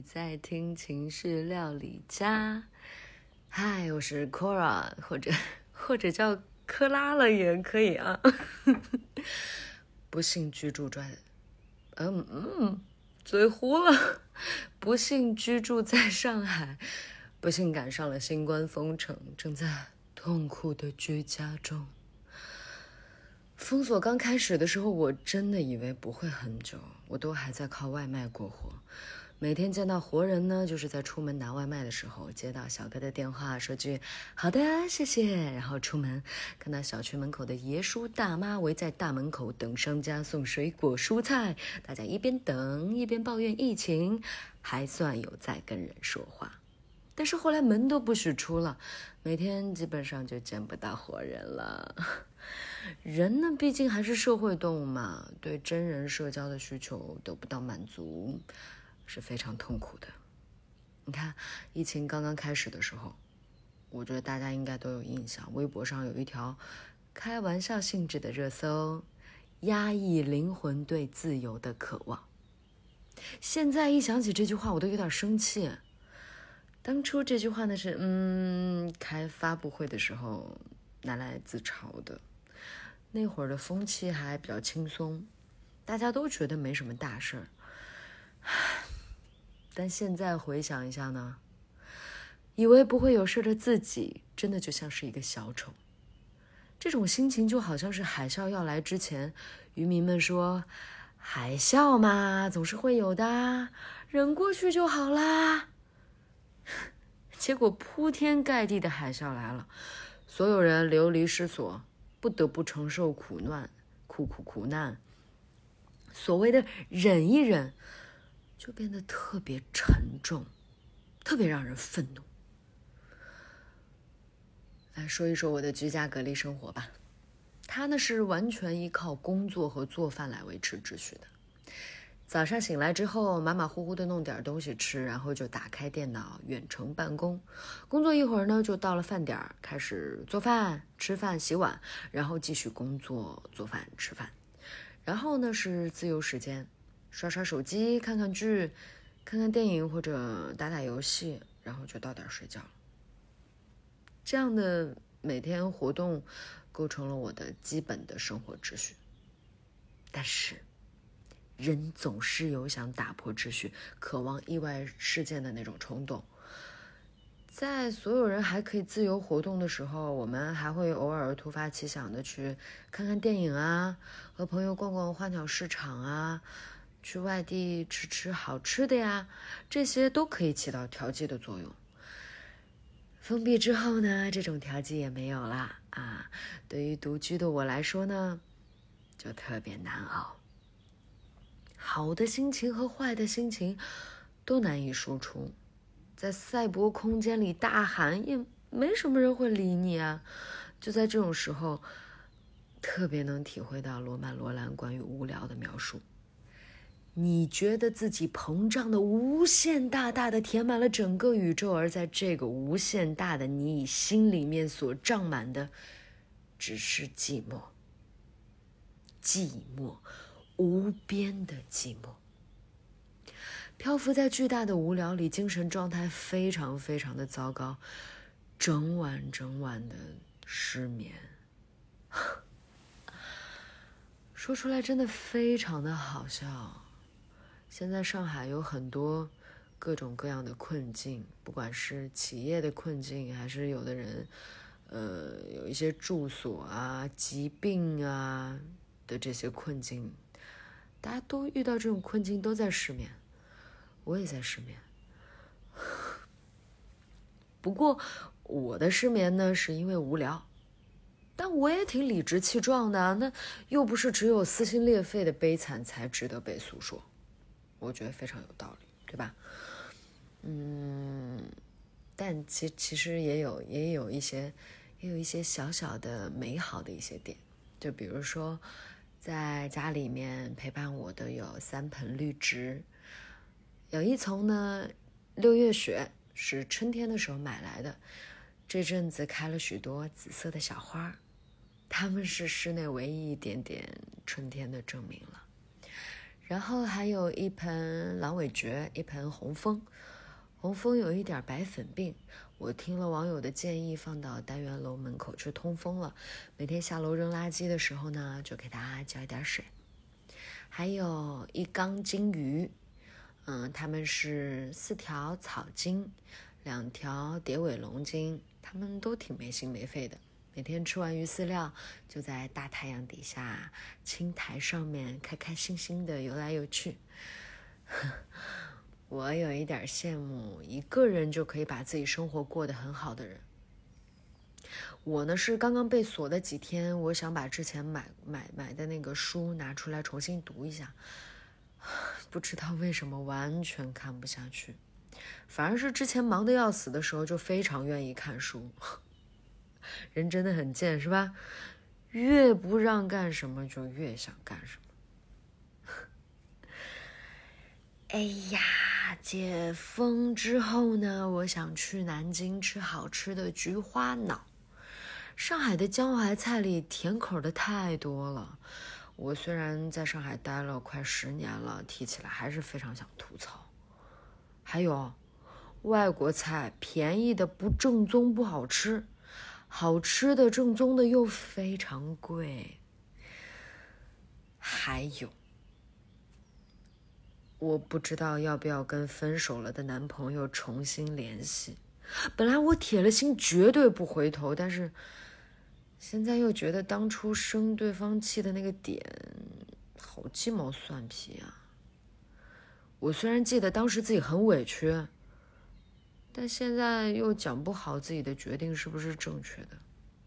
在听情绪料理家。嗨，我是 Cora， 或者叫克拉了也可以啊。不幸居住在，嘴糊了。不幸居住在上海，不幸赶上了新冠封城，正在痛苦的居家中。封锁刚开始的时候，我真的以为不会很久，我都还在靠外卖过活。每天见到活人呢，就是在出门拿外卖的时候，接到小哥的电话，说句好的谢谢，然后出门，看到小区门口的爷叔大妈围在大门口等商家送水果蔬菜，大家一边等一边抱怨疫情，还算有在跟人说话。但是后来门都不许出了，每天基本上就见不到活人了。人呢，毕竟还是社会动物嘛，对真人社交的需求得不到满足，是非常痛苦的。你看，疫情刚刚开始的时候，我觉得大家应该都有印象，微博上有一条开玩笑性质的热搜：压抑灵魂对自由的渴望。现在一想起这句话，我都有点生气。当初这句话呢是开发布会的时候拿来自嘲的，那会儿的风气还比较轻松，大家都觉得没什么大事儿。但现在回想一下呢，以为不会有事的自己真的就像是一个小丑。这种心情就好像是海啸要来之前，渔民们说海啸嘛总是会有的，忍过去就好啦。结果铺天盖地的海啸来了，所有人流离失所，不得不承受苦难。所谓的忍一忍，就变得特别沉重，特别让人愤怒。来说一说我的居家隔离生活吧。它呢是完全依靠工作和做饭来维持秩序的。早上醒来之后，马马虎虎的弄点东西吃，然后就打开电脑远程办公，工作一会儿呢，就到了饭点，开始做饭、吃饭、洗碗，然后继续工作、做饭、吃饭。然后呢是自由时间，刷刷手机、看看剧、看看电影或者打打游戏，然后就到点睡觉了。这样的每天活动构成了我的基本的生活秩序。但是人总是有想打破秩序、渴望意外事件的那种冲动。在所有人还可以自由活动的时候，我们还会偶尔突发奇想的去看看电影啊，和朋友逛逛花鸟市场啊，去外地吃吃好吃的呀，这些都可以起到调剂的作用。封闭之后呢，这种调剂也没有了啊。对于独居的我来说呢，就特别难熬。好的心情和坏的心情都难以输出，在赛博空间里大喊也没什么人会理你啊。就在这种时候，特别能体会到罗曼·罗兰关于无聊的描述。你觉得自己膨胀的无限大的填满了整个宇宙，而在这个无限大的你心里面所胀满的只是寂寞，无边的寂寞。漂浮在巨大的无聊里，精神状态非常非常的糟糕，整晚的失眠。说出来真的非常的好笑。现在上海有很多各种各样的困境，不管是企业的困境，还是有的人有一些住所啊、疾病啊的这些困境，大家都遇到这种困境，都在失眠。我也在失眠。不过我的失眠呢是因为无聊，但我也挺理直气壮的，那又不是只有撕心裂肺的悲惨才值得被诉说，我觉得非常有道理，对吧？但其实也有一些小小的美好的一些点，就比如说在家里面陪伴我的有3盆绿植，有一丛呢6月雪，是春天的时候买来的，这阵子开了许多紫色的小花，它们是室内唯一一点点春天的证明了。 然后还有一盆狼尾蕨，一盆红枫。红枫有一点白粉病，我听了网友的建议，放到单元楼门口去通风了。每天下楼扔垃圾的时候呢，就给它浇一点水。还有一缸金鱼，它们是4条草金，2条蝶尾龙金，它们都挺没心没肺的。每天吃完鱼饲料，就在大太阳底下青苔上面开开心心的游来游去。我有一点羡慕一个人就可以把自己生活过得很好的人。我呢是刚刚被锁的几天，我想把之前买的那个书拿出来重新读一下，不知道为什么完全看不下去，反而是之前忙得要死的时候就非常愿意看书。人真的很贱是吧？越不让干什么就越想干什么。哎呀，解封之后呢，我想去南京吃好吃的菊花脑。上海的江淮菜里甜口的太多了，我虽然在上海待了快10年了，提起来还是非常想吐槽。还有，外国菜便宜的不正宗不好吃，好吃的正宗的又非常贵。还有，我不知道要不要跟分手了的男朋友重新联系。本来我铁了心绝对不回头，但是现在又觉得当初生对方气的那个点好鸡毛蒜皮啊。我虽然记得当时自己很委屈，但现在又讲不好自己的决定是不是正确的。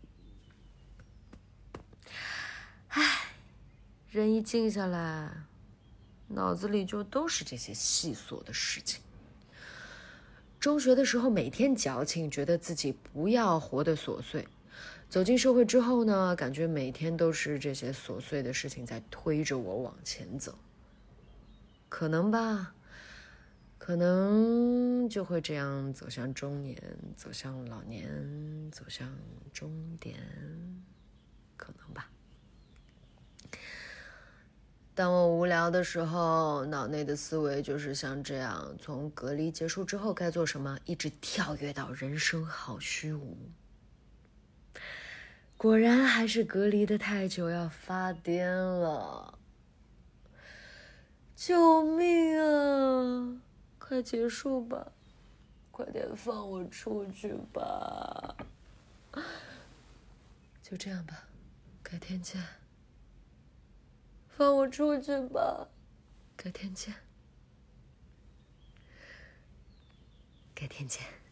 唉，人一静下来，脑子里就都是这些细琐的事情。中学的时候每天矫情，觉得自己不要活得琐碎。走进社会之后呢，感觉每天都是这些琐碎的事情在推着我往前走。可能吧，可能就会这样走向中年，走向老年，走向终点，可能吧。当我无聊的时候，脑内的思维就是像这样，从隔离结束之后该做什么，一直跳跃到人生好虚无。果然还是隔离的太久，要发癫了。救命啊！快结束吧，快点放我出去吧。就这样吧，改天见。放我出去吧，改天见。改天见。